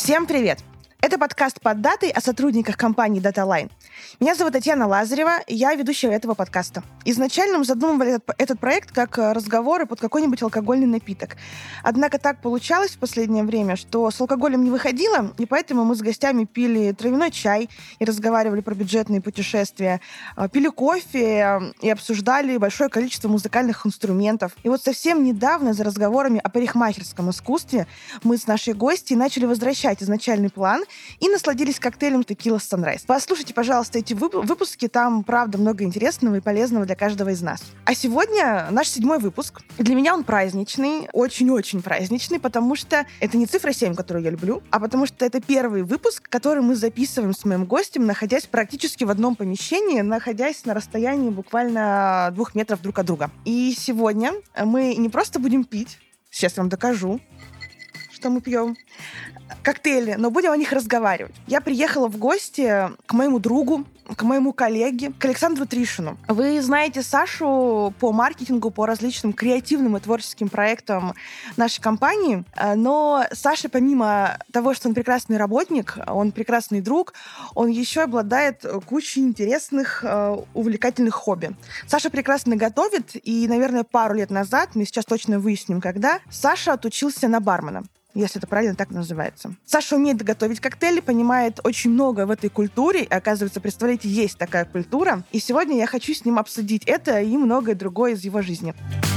Всем привет! Это подкаст «Под датой» о сотрудниках компании DataLine. Меня зовут Татьяна Лазарева, и я ведущая этого подкаста. Изначально мы задумывали этот проект как разговоры под какой-нибудь алкогольный напиток. Однако так получалось в последнее время, что с алкоголем не выходило, и поэтому мы с гостями пили травяной чай и разговаривали про бюджетные путешествия, пили кофе и обсуждали большое количество музыкальных инструментов. И вот совсем недавно за разговорами о парикмахерском искусстве мы с нашей гостьей начали возвращать изначальный план и насладились коктейлем Tequila Sunrise. Послушайте, пожалуйста, эти выпуски, там, правда, много интересного и полезного для каждого из нас. А сегодня наш 7-й выпуск. Для меня он праздничный, очень-очень праздничный, потому что это не цифра 7, которую я люблю, а потому что это первый выпуск, который мы записываем с моим гостем, находясь практически в одном помещении, находясь на расстоянии буквально 2 метров друг от друга. И сегодня мы не просто будем пить, сейчас я вам докажу, что мы пьем, коктейли, но будем о них разговаривать. Я приехала в гости к моему другу, к моему коллеге, к Александру Тришину. Вы знаете Сашу по маркетингу, по различным креативным и творческим проектам нашей компании, но Саша, помимо того, что он прекрасный работник, он прекрасный друг, он еще обладает кучей интересных, увлекательных хобби. Саша прекрасно готовит, и, наверное, пару лет назад, мы сейчас точно выясним, когда, Саша отучился на бармена, если это правильно так называется. Саша умеет готовить коктейли, понимает очень много в этой культуре. И, оказывается, представляете, есть такая культура. И сегодня я хочу с ним обсудить это и многое другое из его жизни.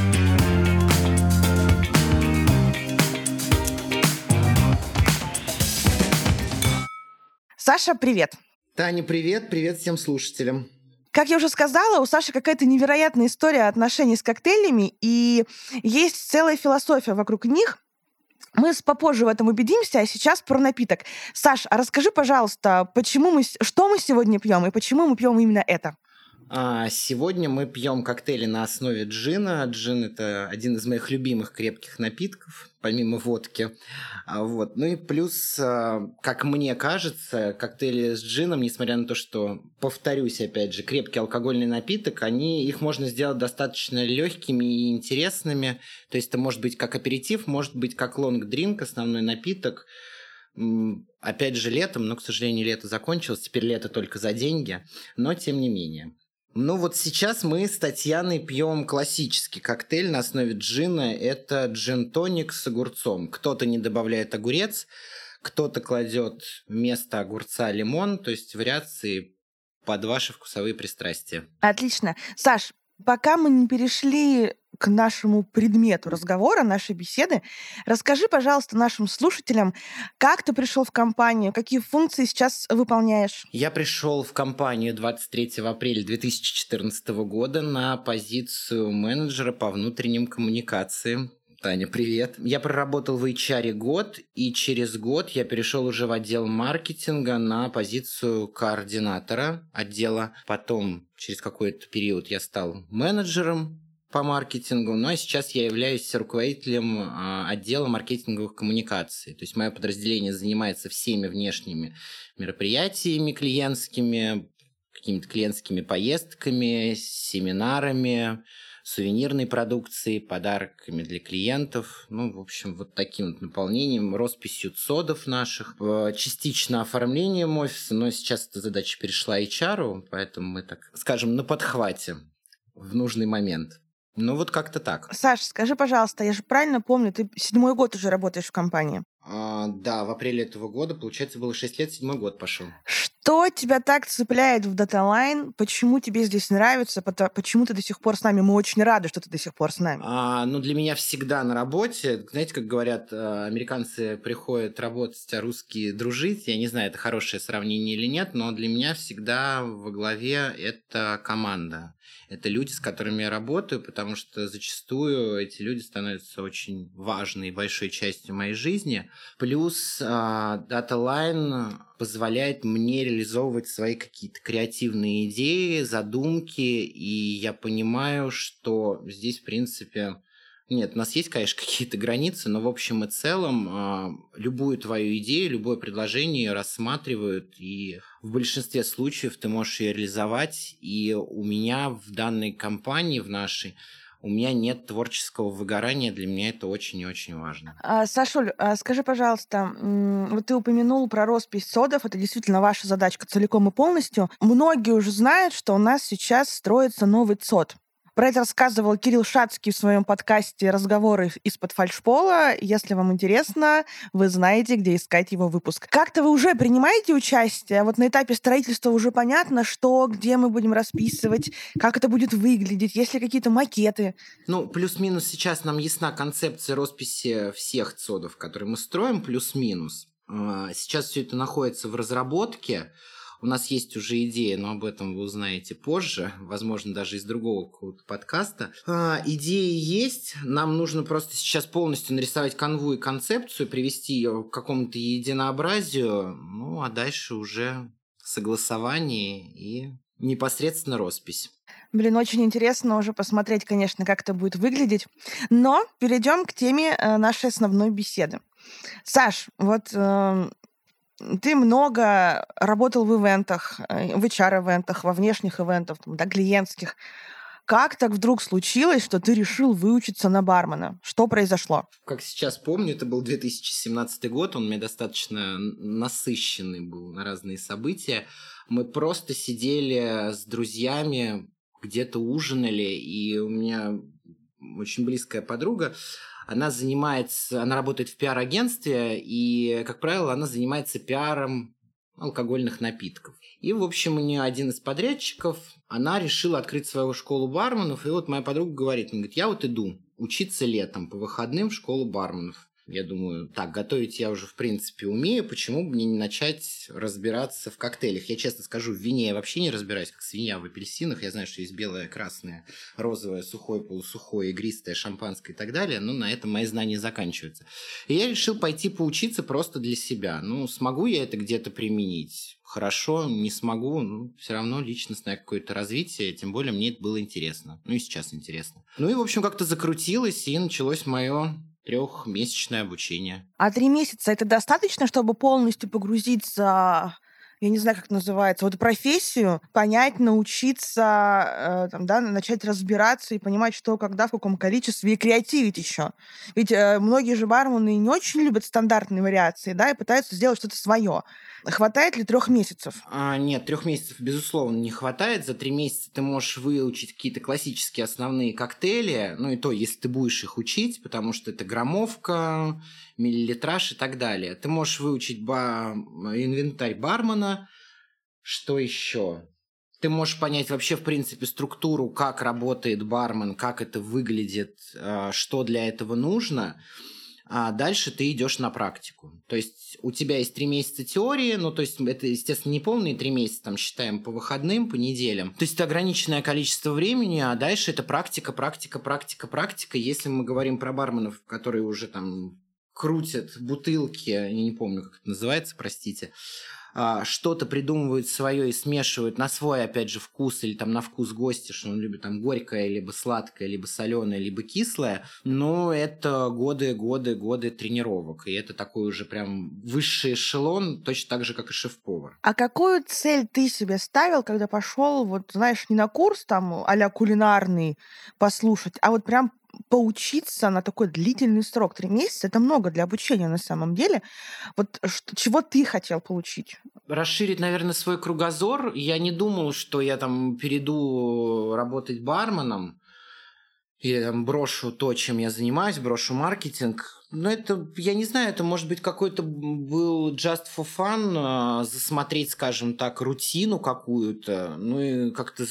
Саша, привет! Таня, привет! Привет всем слушателям! Как я уже сказала, у Саши какая-то невероятная история отношений с коктейлями, и есть целая философия вокруг них. Мы попозже в этом убедимся, а сейчас про напиток. Саш, а расскажи, пожалуйста, что мы сегодня пьем и почему мы пьем именно это? Сегодня мы пьем коктейли на основе джина. Джин – это один из моих любимых крепких напитков, помимо водки. Ну и плюс, как мне кажется, коктейли с джином, несмотря на то, что, повторюсь опять же, крепкий алкогольный напиток, их можно сделать достаточно легкими и интересными. То есть это может быть как аперитив, может быть как лонг-дринк, основной напиток. Опять же летом, но, к сожалению, лето закончилось, теперь лето только за деньги, но тем не менее. Сейчас мы с Татьяной пьем классический коктейль на основе джина. Это джин-тоник с огурцом. Кто-то не добавляет огурец, кто-то кладет вместо огурца лимон, то есть вариации под ваши вкусовые пристрастия. Отлично. Саш, пока мы не перешли к нашему предмету разговора, нашей беседы, расскажи, пожалуйста, нашим слушателям, как ты пришел в компанию, какие функции сейчас выполняешь? Я пришел в компанию 23 апреля 2014 года на позицию менеджера по внутренним коммуникациям. Таня, привет. Я проработал в HR год, и через год я перешел уже в отдел маркетинга на позицию координатора отдела. Потом, через какой-то период, я стал менеджером по маркетингу, а сейчас я являюсь руководителем отдела маркетинговых коммуникаций. То есть мое подразделение занимается всеми внешними мероприятиями клиентскими, какими-то клиентскими поездками, семинарами, сувенирной продукцией, подарками для клиентов. В общем, вот таким вот наполнением, росписью ЦОДов наших, частично оформлением офиса, но сейчас эта задача перешла HR, поэтому мы, так скажем, на подхвате в нужный момент. Как-то так. Саш, скажи, пожалуйста, я же правильно помню, ты 7-й год уже работаешь в компании? Да, в апреле этого года, получается, было 6 лет, 7-й год пошел. Что тебя так цепляет в DataLine? Почему тебе здесь нравится? Почему ты до сих пор с нами? Мы очень рады, что ты до сих пор с нами. Для меня всегда на работе. Знаете, как говорят, американцы приходят работать, а русские дружить. Я не знаю, это хорошее сравнение или нет, но для меня всегда во главе это команда. Это люди, с которыми я работаю, потому что зачастую эти люди становятся очень важной, большой частью моей жизни. Плюс DataLine позволяет мне реализовывать свои какие-то креативные идеи, задумки, и я понимаю, что здесь, в принципе, нет, у нас есть, конечно, какие-то границы, но в общем и целом любую твою идею, любое предложение ее рассматривают, и в большинстве случаев ты можешь ее реализовать. И у меня в данной компании, в нашей, у меня нет творческого выгорания, для меня это очень и очень важно. Сашуль, скажи, пожалуйста, вот ты упомянул про роспись содов, это действительно ваша задачка целиком и полностью. Многие уже знают, что у нас сейчас строится новый ЦОД. Про это рассказывал Кирилл Шацкий в своем подкасте «Разговоры из-под фальшпола». Если вам интересно, вы знаете, где искать его выпуск. Как-то вы уже принимаете участие? Вот на этапе строительства уже понятно, что, где мы будем расписывать, как это будет выглядеть, есть ли какие-то макеты? Ну, плюс-минус сейчас нам ясна концепция росписи всех ЦОДов, которые мы строим, плюс-минус. Сейчас все это находится в разработке. У нас есть уже идея, но об этом вы узнаете позже, возможно, даже из другого какого-то подкаста. Идеи есть, нам нужно просто сейчас полностью нарисовать канву и концепцию, привести ее к какому-то единообразию, ну, а дальше уже согласование и непосредственно роспись. Блин, очень интересно уже посмотреть, конечно, как это будет выглядеть. Но перейдем к теме нашей основной беседы. Саш, вот ты много работал в ивентах, в HR-ивентах, во внешних ивентах, да, клиентских. Как так вдруг случилось, что ты решил выучиться на бармена? Что произошло? Как сейчас помню, это был 2017 год, он у меня достаточно насыщенный был на разные события. Мы просто сидели с друзьями, где-то ужинали, и у меня очень близкая подруга, она работает в пиар-агентстве, и, как правило, она занимается пиаром алкогольных напитков. И, в общем, у нее один из подрядчиков, она решила открыть свою школу барменов, и вот моя подруга говорит, я вот иду учиться летом по выходным в школу барменов. Я думаю, так, готовить я уже, в принципе, умею, почему бы мне не начать разбираться в коктейлях? Я честно скажу, в вине я вообще не разбираюсь, как свинья в апельсинах. Я знаю, что есть белое, красное, розовое, сухое, полусухое, игристое, шампанское и так далее, но на этом мои знания заканчиваются. И я решил пойти поучиться просто для себя. Ну, смогу я это где-то применить? Хорошо, не смогу, все равно личностное какое-то развитие, тем более мне это было интересно. Ну и сейчас интересно. Ну и, в общем, как-то закрутилось, и началось мое 3-месячное обучение. А 3 месяца это достаточно, чтобы полностью погрузиться, я не знаю, как это называется, вот профессию, понять, научиться, начать разбираться и понимать, что, когда, в каком количестве, и креативить еще. Ведь многие же бармены не очень любят стандартные вариации, да, и пытаются сделать что-то свое. Хватает ли 3 месяцев? Нет, 3 месяцев, безусловно, не хватает. За 3 месяца ты можешь выучить какие-то классические основные коктейли, ну и то, если ты будешь их учить, потому что это граммовка, миллилитраж и так далее. Ты можешь выучить инвентарь бармена. Что еще? Ты можешь понять вообще, в принципе, структуру, как работает бармен, как это выглядит, что для этого нужно. А дальше ты идешь на практику. То есть у тебя есть 3 месяца теории, ну, то есть это, естественно, не полные 3 месяца, там, считаем по выходным, по неделям. То есть это ограниченное количество времени, а дальше это практика. Если мы говорим про барменов, которые уже там крутят бутылки, я не помню, как это называется, простите, что-то придумывают свое и смешивают на свой, опять же, вкус или там на вкус гостя, что он любит там горькое, либо сладкое, либо соленое, либо кислое. Но это годы тренировок. И это такой уже прям высший эшелон, точно так же, как и шеф-повар. А какую цель ты себе ставил, когда пошел, вот, знаешь, не на курс там а-ля кулинарный послушать, а вот прям поучиться на такой длительный срок? 3 месяца — это много для обучения на самом деле. Вот чего ты хотел получить? Расширить, наверное, свой кругозор. Я не думал, что я там перейду работать барменом или там брошу то, чем я занимаюсь, брошу маркетинг. Но это, я не знаю, это может быть какой-то был just for fun, засмотреть, скажем так, рутину какую-то, ну и как-то...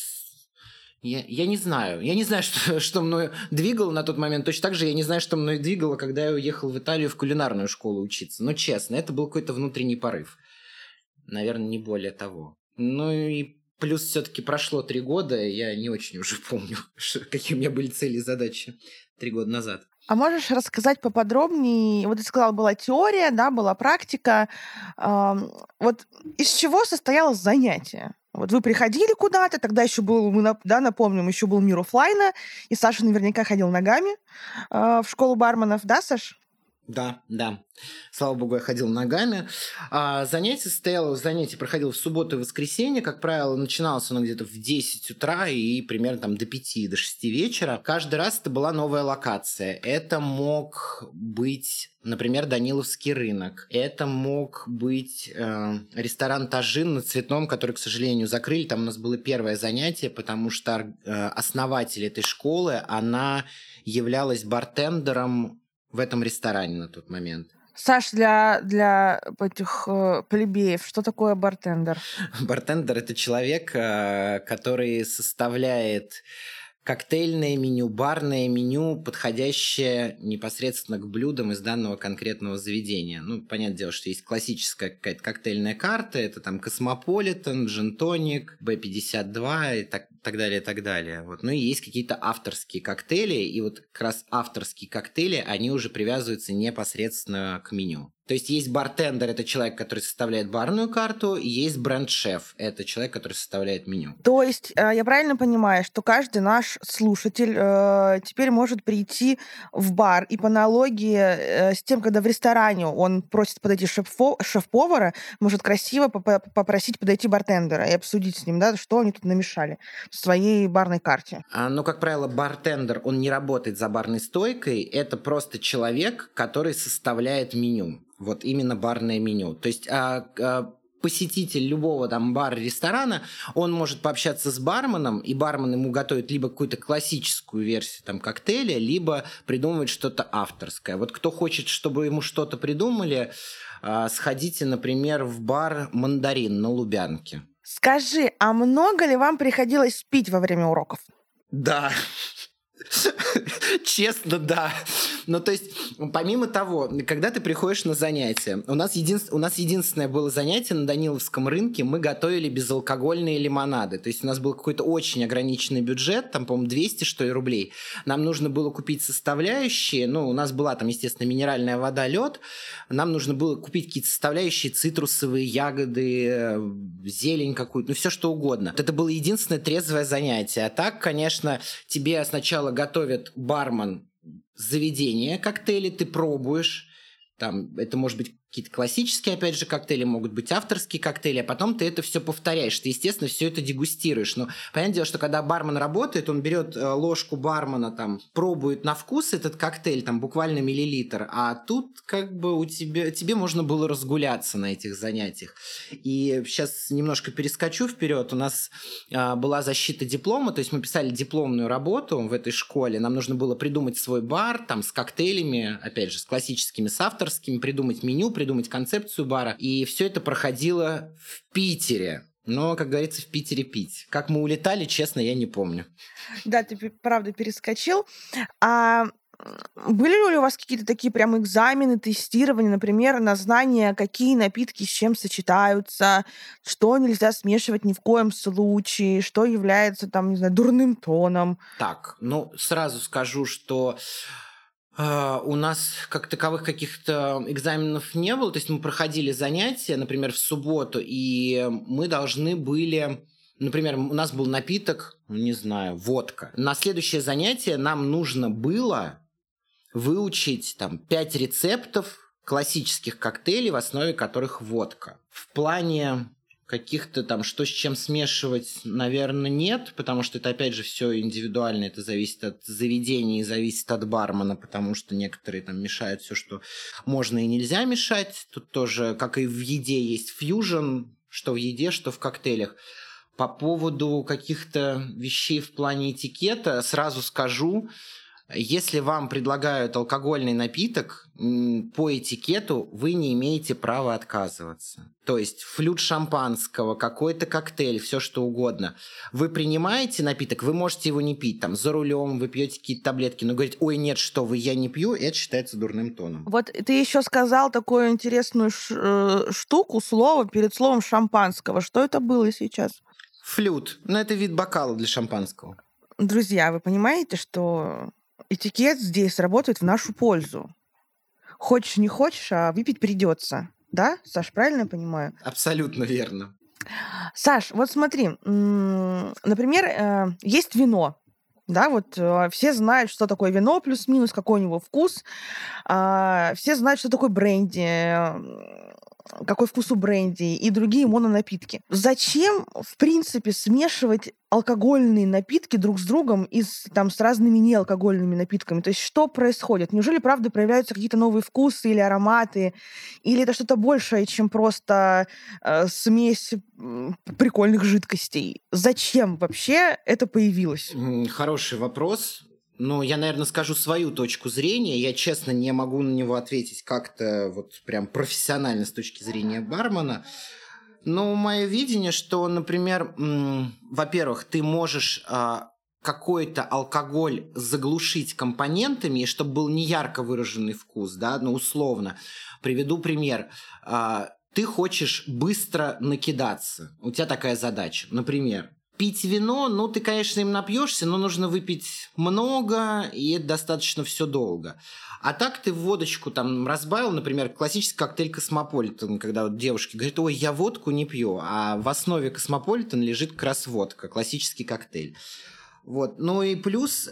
Я не знаю. Я не знаю, что мной двигало на тот момент. Точно так же я не знаю, что мной двигало, когда я уехал в Италию в кулинарную школу учиться. Но честно, это был какой-то внутренний порыв. Наверное, не более того. Ну и плюс все-таки прошло 3 года, и я не очень уже помню, какие у меня были цели и задачи 3 года назад. А можешь рассказать поподробнее? Вот ты сказала, была теория, да, была практика. Вот из чего состоялось занятие? Вот вы приходили куда-то, тогда еще был, напомним, еще был мир оффлайна, и Саша наверняка ходил ногами в школу барменов, да, Саш? Да, да. Слава богу, я ходил ногами. Занятие проходило в субботу и воскресенье. Как правило, начиналось оно где-то в 10 утра и примерно там до 5, до 6 вечера. Каждый раз это была новая локация. Это мог быть, например, Даниловский рынок. Это мог быть ресторан «Тажин» на Цветном, который, к сожалению, закрыли. Там у нас было первое занятие, потому что основатель этой школы, она являлась бартендером в этом ресторане на тот момент. Саш, для этих плебеев, что такое бартендер? Бартендер – это человек, который составляет коктейльное меню, барное меню, подходящее непосредственно к блюдам из данного конкретного заведения. Ну, понятное дело, что есть классическая какая-то коктейльная карта, это там Космополитен, Джин-тоник, Б-52 и так далее, и так далее. Вот. Ну и есть какие-то авторские коктейли, и вот как раз авторские коктейли, они уже привязываются непосредственно к меню. То есть бартендер, это человек, который составляет барную карту, и есть бренд-шеф, это человек, который составляет меню. То есть я правильно понимаю, что каждый наш слушатель теперь может прийти в бар, и по аналогии с тем, когда в ресторане он просит подойти шеф-повара, может красиво попросить подойти бартендера и обсудить с ним, да, что они тут намешали в своей барной карте. Но, как правило, бартендер, он не работает за барной стойкой, это просто человек, который составляет меню. Вот именно барное меню. То есть посетитель любого там бара-ресторана, он может пообщаться с барменом, и бармен ему готовит либо какую-то классическую версию там коктейля, либо придумывает что-то авторское. Вот кто хочет, чтобы ему что-то придумали, сходите, например, в бар «Мандарин» на Лубянке. Скажи, а много ли вам приходилось пить во время уроков? Да. Честно, да. Ну, то есть, помимо того, когда ты приходишь на занятия, у нас единственное было занятие на Даниловском рынке, мы готовили безалкогольные лимонады. То есть у нас был какой-то очень ограниченный бюджет, там, по-моему, 200, что ли, рублей. Нам нужно было купить составляющие, ну, у нас была там, естественно, минеральная вода, лед. Нам нужно было купить какие-то составляющие, цитрусовые ягоды, зелень какую-то, ну, все что угодно. Это было единственное трезвое занятие. А так, конечно, тебе сначала готовит бармен заведение коктейли, ты пробуешь. Там, это может быть какие-то классические, опять же, коктейли, могут быть авторские коктейли, а потом ты это все повторяешь. Ты, естественно, все это дегустируешь. Но понятное дело, что когда бармен работает, он берет ложку бармена, там, пробует на вкус этот коктейль, там, буквально миллилитр, а тут как бы тебе можно было разгуляться на этих занятиях. И сейчас немножко перескочу вперед. У нас была защита диплома, то есть мы писали дипломную работу в этой школе. Нам нужно было придумать свой бар, там, с коктейлями, опять же, с классическими, с авторскими, придумать меню, придумать концепцию бара. И все это проходило в Питере. Но, как говорится, в Питере пить. Как мы улетали, честно, я не помню. Да, ты правда перескочил. А были ли у вас какие-то такие прям экзамены, тестирования, например, на знание, какие напитки с чем сочетаются, что нельзя смешивать ни в коем случае, что является там, не знаю, дурным тоном? Так, ну, сразу скажу, что у нас как таковых каких-то экзаменов не было. То есть мы проходили занятия, например, в субботу, и мы должны были... Например, у нас был напиток, не знаю, водка. На следующее занятие нам нужно было выучить там 5 рецептов классических коктейлей, в основе которых водка. В плане каких-то там, что с чем смешивать, наверное, нет, потому что это, опять же, все индивидуально, это зависит от заведения и зависит от бармена, потому что некоторые там мешают все, что можно и нельзя мешать. Тут тоже, как и в еде, есть фьюжн, что в еде, что в коктейлях. По поводу каких-то вещей в плане этикета сразу скажу, если вам предлагают алкогольный напиток, по этикету вы не имеете права отказываться. То есть флют шампанского, какой-то коктейль, все что угодно. Вы принимаете напиток, вы можете его не пить. Там, за рулем вы пьете какие-то таблетки, но говорить, ой, нет, что вы, я не пью, это считается дурным тоном. Вот ты еще сказал такую интересную штуку, слово перед словом шампанского. Что это было сейчас? Флют. Ну, это вид бокала для шампанского. Друзья, вы понимаете, что этикет здесь работает в нашу пользу. Хочешь, не хочешь, а выпить придется. Да, Саш, правильно я понимаю? Абсолютно верно. Саш, вот смотри, например, есть вино. Да, вот все знают, что такое вино плюс-минус, какой у него вкус. Все знают, что такое бренди, какой вкус у бренди и другие мононапитки. Зачем, в принципе, смешивать алкогольные напитки друг с другом и с разными неалкогольными напитками? То есть что происходит? Неужели, правда, проявляются какие-то новые вкусы или ароматы? Или это что-то большее, чем просто смесь прикольных жидкостей? Зачем вообще это появилось? Хороший вопрос. Ну, я, наверное, скажу свою точку зрения. Я, честно, не могу на него ответить как-то вот прям профессионально с точки зрения бармена. Но мое видение, что, например, во-первых, ты можешь какой-то алкоголь заглушить компонентами, и чтобы был не ярко выраженный вкус, да, ну, условно. Приведу пример. Ты хочешь быстро накидаться. У тебя такая задача. Например, пить вино, ну, ты, конечно, им напьешься, но нужно выпить много, и это достаточно все долго. А так ты водочку там разбавил, например, классический коктейль «Космополитен», когда вот девушки говорят: ой, я водку не пью, а в основе «Космополитен» лежит как раз водка, классический коктейль. Вот. Ну и плюс,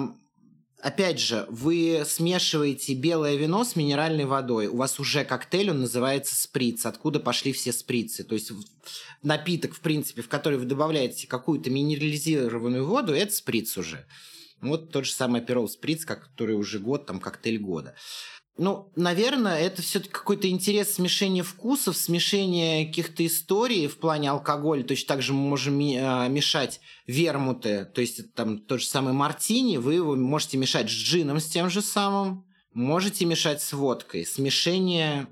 опять же, вы смешиваете белое вино с минеральной водой. У вас уже коктейль, он называется сприц. Откуда пошли все сприцы? То есть напиток, в принципе, в который вы добавляете какую-то минерализированную воду, это сприц уже. Вот тот же самый Aperol Spritz, который уже год, там, коктейль года. Ну, наверное, это все-таки какой-то интерес смешения вкусов, смешения каких-то историй в плане алкоголя. Точно так же мы можем мешать вермуты, то есть там тот же самый мартини, вы его можете мешать с джином с тем же самым, можете мешать с водкой. Смешение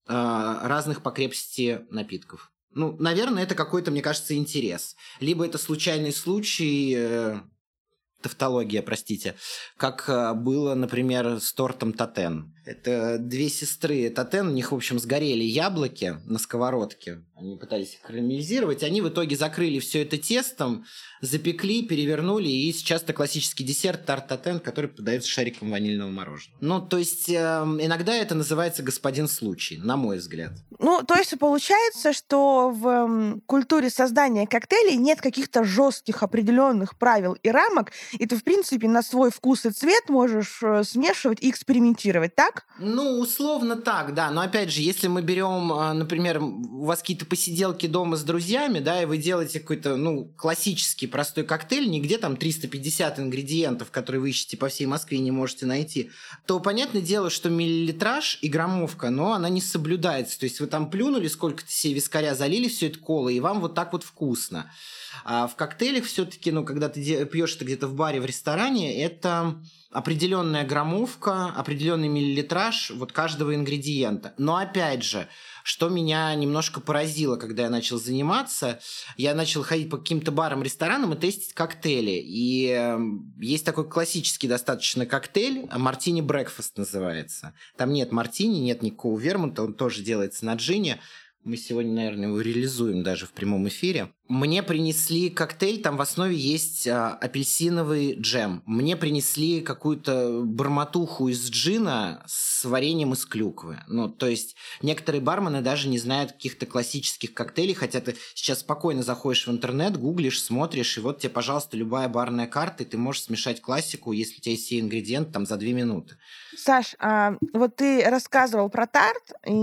разных по крепости напитков. Ну, наверное, это какой-то, мне кажется, интерес. Либо это случайный случай... тавтология, простите, как было, например, с тортом Татен. Это две сестры Татен, у них, в общем, сгорели яблоки на сковородке. Они пытались их карамелизировать. Они в итоге закрыли все это тестом, запекли, перевернули, и сейчас это классический десерт тарт Татен, который подается шариком ванильного мороженого. Ну, то есть, иногда это называется господин случай, на мой взгляд. Ну, то есть получается, что в культуре создания коктейлей нет каких-то жестких определенных правил и рамок, и ты, в принципе, на свой вкус и цвет можешь смешивать и экспериментировать, так? Ну, условно так, да. Но опять же, если мы берем, например, у вас какие-то посиделки дома с друзьями, да, и вы делаете какой-то, ну, классический простой коктейль, нигде там 350 ингредиентов, которые вы ищете по всей Москве и не можете найти, то понятное дело, что миллилитраж и граммовка, но она не соблюдается. То есть вы там плюнули, сколько-то себе вискаря залили все это колой, и вам вот так вот вкусно. А в коктейлях все-таки, ну, когда ты пьешь это где-то в баре, в ресторане, это определенная граммовка, определенный миллилитраж вот каждого ингредиента. Но опять же, что меня немножко поразило, когда я начал заниматься, я начал ходить по каким-то барам, ресторанам и тестить коктейли. И есть такой классический достаточно коктейль, мартини брекфаст называется. Там нет мартини, нет никакого вермута, он тоже делается на джине. Мы сегодня, наверное, его реализуем даже в прямом эфире. Мне принесли коктейль, там в основе есть апельсиновый джем. Мне принесли какую-то бормотуху из джина с вареньем из клюквы. Ну, то есть некоторые бармены даже не знают каких-то классических коктейлей, хотя ты сейчас спокойно заходишь в интернет, гуглишь, смотришь, и вот тебе, пожалуйста, любая барная карта, и ты можешь смешать классику, если у тебя есть все ингредиенты, там, за 2 минуты. Саш, вот ты рассказывал про тарт,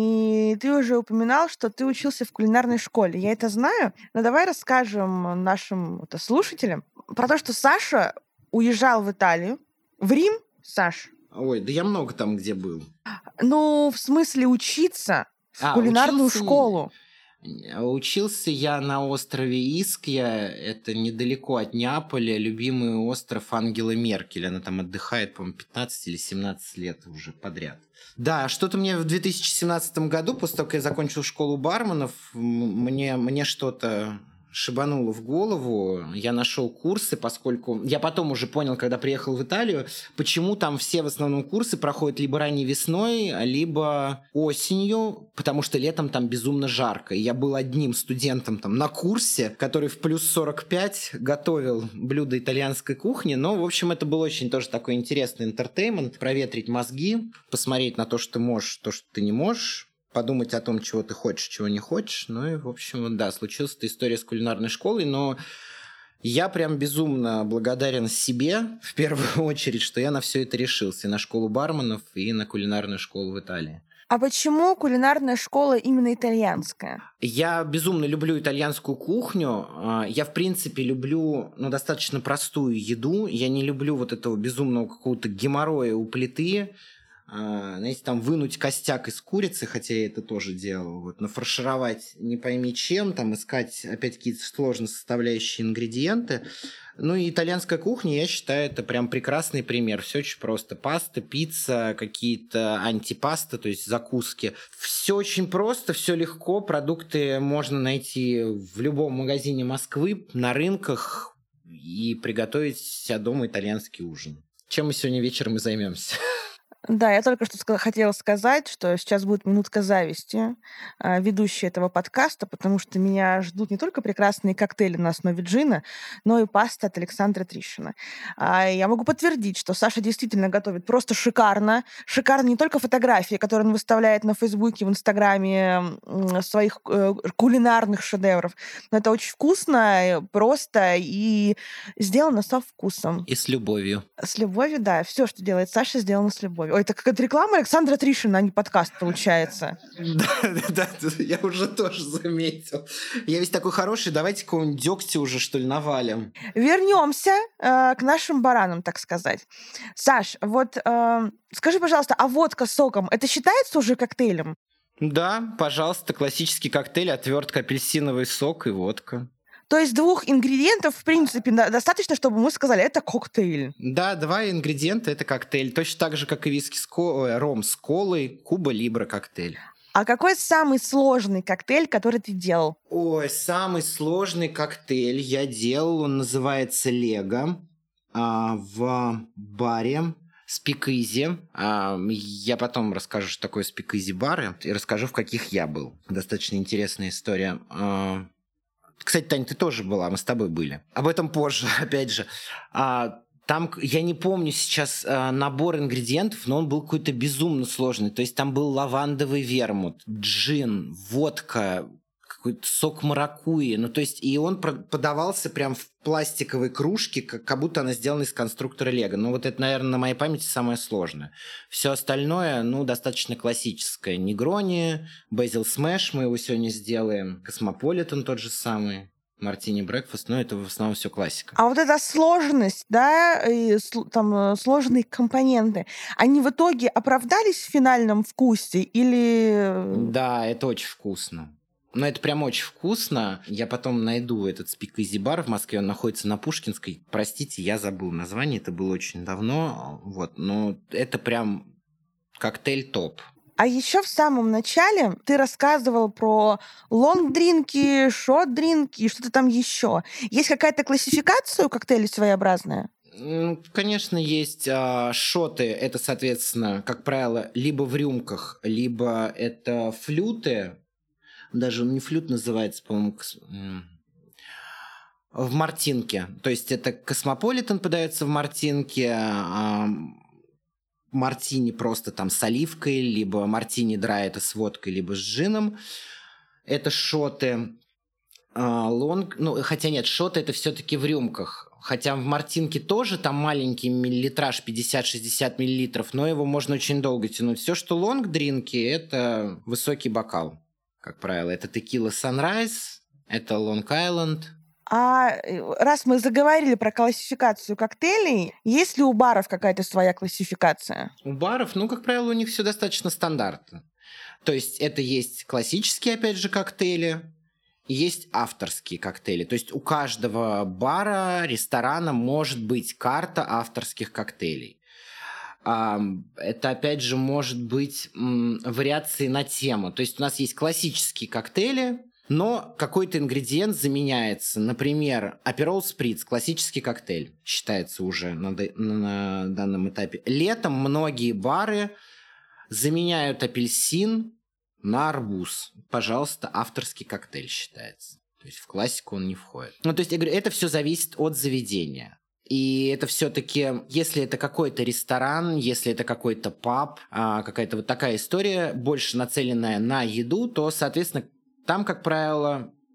и ты уже упоминал, что ты учился в кулинарной школе. Я это знаю, но давай расскажем нашим слушателям про то, что Саша уезжал в Италию, в Рим, Саш. Ой, да я много там где был. Ну, в смысле учиться в кулинарную школу. Учился я на острове Искья, это недалеко от Неаполя, любимый остров Ангелы Меркель. Она там отдыхает, по-моему, 15 или 17 лет уже подряд. Да, что-то мне в 2017 году, после того, как я закончил школу барменов, мне что-то шибануло в голову. Я нашел курсы, поскольку я потом уже понял, когда приехал в Италию, почему там все в основном курсы проходят либо ранней весной, либо осенью, потому что летом там безумно жарко. И я был одним студентом там на курсе, который в плюс 45 готовил блюда итальянской кухни. Но, в общем, это был очень тоже такой интересный интертеймент. Проветрить мозги, посмотреть на то, что ты можешь, то, что ты не можешь, подумать о том, чего ты хочешь, чего не хочешь. Ну и, в общем, да, случилась эта история с кулинарной школой, но Я прям безумно благодарен себе, в первую очередь, что я на все это решился. И на школу барменов, и на кулинарную школу в Италии. А почему кулинарная школа именно итальянская? Я безумно люблю итальянскую кухню. Я, в принципе, люблю достаточно простую еду. Я не люблю вот этого безумного какого-то геморроя у плиты. Знаете, там вынуть костяк из курицы, хотя я это тоже делал, вот, нафаршировать не пойми чем, там искать опять какие-то сложно составляющие ингредиенты. Ну и итальянская кухня, я считаю, это прям прекрасный пример. Все очень просто. Паста, пицца, какие-то антипасты, то есть закуски. Все очень просто, все легко. Продукты можно найти в любом магазине Москвы, на рынках и приготовить себя дома итальянский ужин. Чем мы сегодня вечером и займемся. Да, я только что хотела сказать, что сейчас будет минутка зависти ведущей этого подкаста, потому что меня ждут не только прекрасные коктейли на основе джина, но и паста от Александра Тришина. Я могу подтвердить, что Саша действительно готовит просто шикарно. Шикарно не только фотографии, которые он выставляет на Фейсбуке, в Инстаграме своих кулинарных шедевров, но это очень вкусно, просто и сделано со вкусом. И с любовью. С любовью, да. Все, что делает Саша, сделано с любовью. Ой, это какая-то реклама Александра Тришина, а не подкаст получается. Да, я уже тоже заметил. Я весь такой хороший, давайте какого-нибудь дегтя уже, что ли, навалим. Вернемся к нашим баранам, так сказать. Саш, вот скажи, пожалуйста, а водка с соком, это считается уже коктейлем? Да, пожалуйста, классический коктейль, отвертка, апельсиновый сок и водка. То есть 2 ингредиентов, в принципе, достаточно, чтобы мы сказали, это коктейль. Да, 2 ингредиента — это коктейль. Точно так же, как и ром с колой, Куба Либра коктейль. А какой самый сложный коктейль, который ты делал? Ой, самый сложный коктейль я делал, он называется «Лего», в баре Спикизи. Я потом расскажу, что такое Спикизи бары, и расскажу, в каких я был. Достаточно интересная история. Кстати, Таня, ты тоже была, мы с тобой были. Об этом позже, опять же. Там, я не помню сейчас набор ингредиентов, но он был какой-то безумно сложный. То есть там был лавандовый вермут, джин, водка, какой-то сок маракуйи. Ну, то есть, и он подавался прям в пластиковой кружке, как будто она сделана из конструктора Лего. Ну, вот это, наверное, на моей памяти самое сложное. Все остальное, достаточно классическое. Негрони, Бэзил Смэш, мы его сегодня сделаем. Космополитен тот же самый. Мартини Брекфаст, это в основном все классика. А вот эта сложность, да, и там сложные компоненты, они в итоге оправдались в финальном вкусе или... Да, это очень вкусно. Но это прям очень вкусно. Я потом найду этот Спикизи бар в Москве. Он находится на Пушкинской. Простите, я забыл название. Это было очень давно. Но это прям коктейль топ. А еще в самом начале ты рассказывал про лонг-дринки, шорт-дринки и что-то там еще. Есть какая-то классификация у коктейлей своеобразная? Конечно, есть шоты. Это, соответственно, как правило, либо в рюмках, либо это флюты. Даже он не флют называется, по-моему, в мартинке. То есть это космополитен подается в мартинке, мартини просто там с оливкой, либо мартини драй это с водкой, либо с джином. Это шоты. Хотя нет, шоты это все-таки в рюмках. Хотя в мартинке тоже там маленький миллилитраж, 50-60 миллилитров, но его можно очень долго тянуть. Все, что лонг-дринки, это высокий бокал, как правило. Это текила Sunrise, это Long Island. А раз мы заговорили про классификацию коктейлей, есть ли у баров какая-то своя классификация? У баров, как правило, у них все достаточно стандартно. То есть это есть классические, опять же, коктейли, и есть авторские коктейли. То есть у каждого бара, ресторана может быть карта авторских коктейлей. Это, опять же, может быть вариации на тему. То есть у нас есть классические коктейли, но какой-то ингредиент заменяется. Например, Aperol Spritz, классический коктейль, считается уже на данном этапе. Летом многие бары заменяют апельсин на арбуз. Пожалуйста, авторский коктейль считается. То есть в классику он не входит. То есть я говорю, это все зависит от заведения. И это все-таки, если это какой-то ресторан, если это какой-то паб, какая-то вот такая история, больше нацеленная на еду, то, соответственно, там, как правило,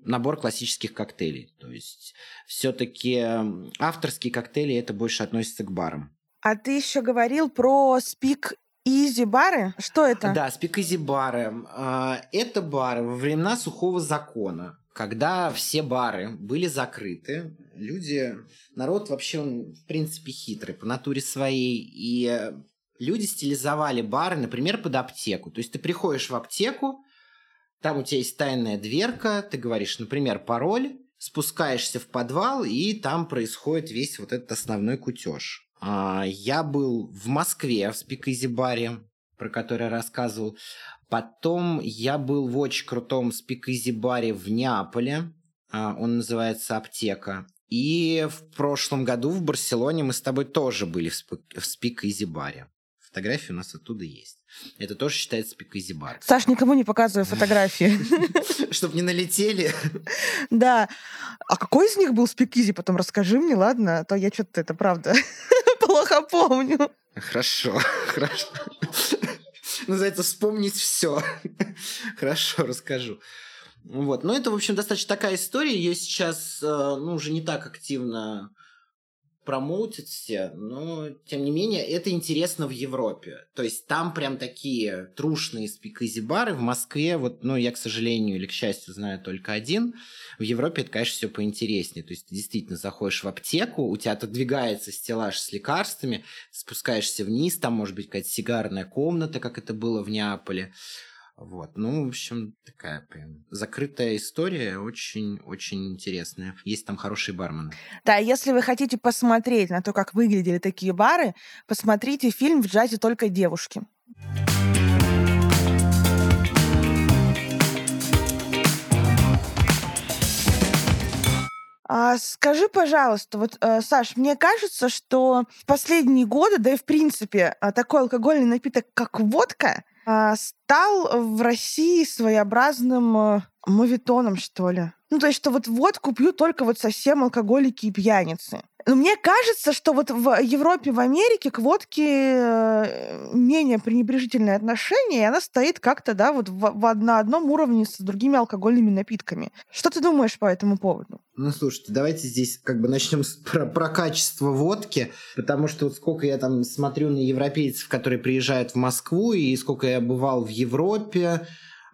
набор классических коктейлей. То есть все-таки авторские коктейли это больше относится к барам. А ты еще говорил про Speak-Easy бары? Что это? Да, Speak-Easy бары. Это бары во времена сухого закона, когда все бары были закрыты. Народ вообще, он, в принципе, хитрый по натуре своей. И люди стилизовали бары, например, под аптеку. То есть ты приходишь в аптеку, там у тебя есть тайная дверка, ты говоришь, например, пароль, спускаешься в подвал, и там происходит весь вот этот основной кутеж. Я был в Москве в Speak-Easy баре, про который я рассказывал. Потом я был в очень крутом Speak-Easy баре в Неаполе. Он называется «Аптека». И в прошлом году в Барселоне мы с тобой тоже были в Speak-Easy баре. Фотографии у нас оттуда есть. Это тоже считается Speak-Easy бар. Саш, никому не показывай фотографии. Чтоб не налетели. Да. А какой из них был Speak-Easy? Потом расскажи мне, ладно? А то я что-то, это правда, плохо помню. Хорошо. Называется «Вспомнить все». Хорошо, расскажу. Вот. Но это, в общем, достаточно такая история. Ее сейчас уже не так активно промоутят все, но, тем не менее, это интересно в Европе. То есть там прям такие трушные Speak-Easy бары. В Москве, я, к сожалению или к счастью, знаю только один. В Европе это, конечно, все поинтереснее. То есть ты действительно заходишь в аптеку, у тебя отодвигается стеллаж с лекарствами, спускаешься вниз, там может быть какая-то сигарная комната, как это было в Неаполе. Вот. В общем, такая прям закрытая история, очень-очень интересная. Есть там хорошие бармены. Да, если вы хотите посмотреть на то, как выглядели такие бары, посмотрите фильм «В джазе только девушки». Скажи, пожалуйста, Саш, мне кажется, что в последние годы, да и в принципе, такой алкогольный напиток, как водка, стал в России своеобразным моветоном, что ли. То есть, что водку пьют только совсем алкоголики и пьяницы. Но мне кажется, что в Европе, в Америке к водке менее пренебрежительное отношение, и она стоит как-то, на одном уровне с другими алкогольными напитками. Что ты думаешь по этому поводу? Слушайте, давайте здесь начнем про качество водки, потому что сколько я там смотрю на европейцев, которые приезжают в Москву, и сколько я бывал в Европе,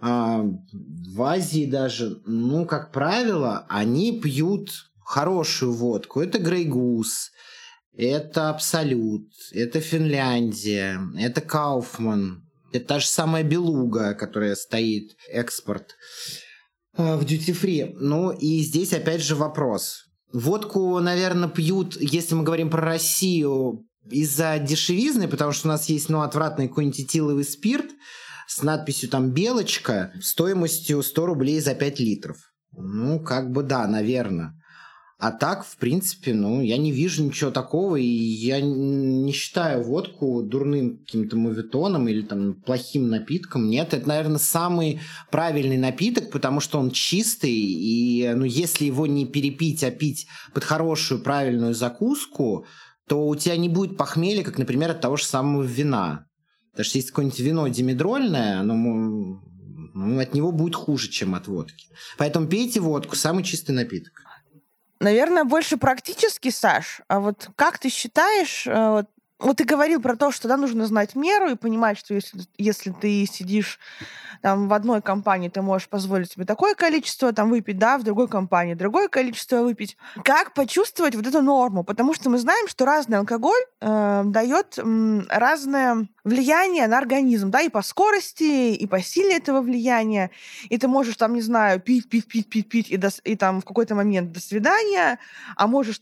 в Азии даже, как правило, они пьют хорошую водку. Это Grey Goose, это Абсолют, это Финляндия, это Кауфман, это та же самая Белуга, которая стоит, экспорт в дьюти-фри. И здесь опять же вопрос. Водку, наверное, пьют, если мы говорим про Россию, из-за дешевизны, потому что у нас есть отвратный какой-нибудь этиловый спирт с надписью там «Белочка» стоимостью 100 рублей за 5 литров. Да, наверное. А так, в принципе, я не вижу ничего такого, и я не считаю водку дурным каким-то моветоном или плохим напитком. Нет, это, наверное, самый правильный напиток, потому что он чистый, и если его не перепить, а пить под хорошую правильную закуску, то у тебя не будет похмелья, как, например, от того же самого вина. Потому что если какое-нибудь вино димедрольное, от него будет хуже, чем от водки. Поэтому пейте водку, самый чистый напиток. Наверное, больше практически, Саш. А как ты считаешь, ты говорил про то, что нужно знать меру и понимать, что если ты сидишь в одной компании, ты можешь позволить себе такое количество выпить, в другой компании другое количество выпить. Как почувствовать эту норму? Потому что мы знаем, что разный алкоголь дает разное влияние на организм, и по скорости, и по силе этого влияния. И ты можешь, пить, и в какой-то момент до свидания, а можешь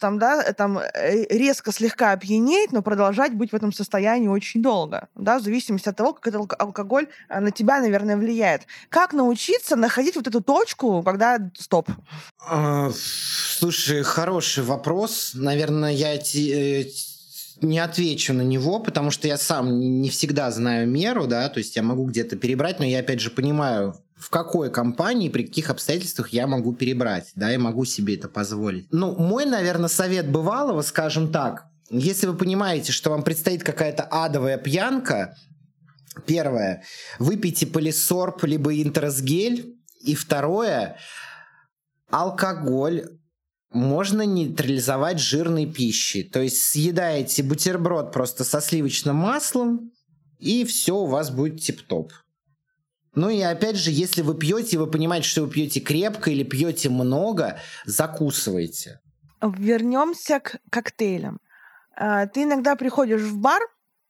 резко слегка опьянеть, но продолжать быть в этом состоянии очень долго, в зависимости от того, как этот алкоголь на тебя, наверное, влияет. Как научиться находить эту точку, когда стоп? Слушай, хороший вопрос. Наверное, я не отвечу на него, потому что я сам не всегда знаю меру, то есть я могу где-то перебрать, но я, опять же, понимаю, в какой компании, при каких обстоятельствах я могу перебрать, и могу себе это позволить. Мой, наверное, совет бывалого, скажем так, если вы понимаете, что вам предстоит какая-то адовая пьянка, первое, выпейте полисорб либо интрасгель, и второе, Алкоголь можно нейтрализовать жирной пищей. То есть съедаете бутерброд просто со сливочным маслом, и все у вас будет тип-топ. Ну и опять же, если вы пьете, вы понимаете, что вы пьете крепко или пьете много, закусывайте. Вернемся к коктейлям. Ты иногда приходишь в бар,